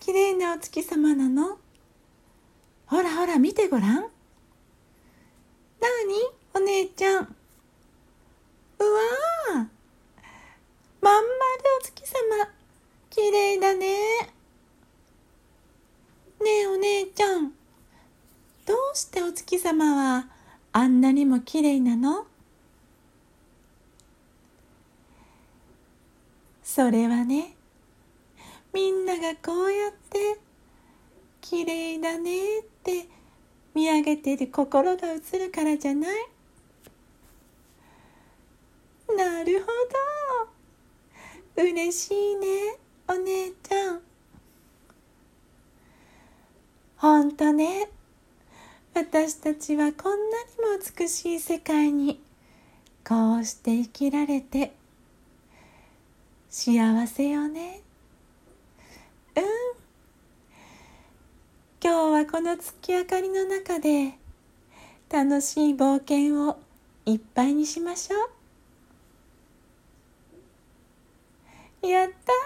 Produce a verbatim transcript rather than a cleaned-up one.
綺麗なお月様なの？ほらほら見てごらん。なにお姉ちゃん。うわー、まん丸お月様、綺麗だね。ねえお姉ちゃん、どうしてお月様はあんなにも綺麗なの？それはね、みんながこうやって綺麗だねって見上げてる心が映るからじゃない？なるほど、嬉しいねお姉ちゃん。ほんとね、私たちはこんなにも美しい世界にこうして生きられて幸せよね。うん、今日はこの月明かりの中で楽しい冒険をいっぱいにしましょう。やった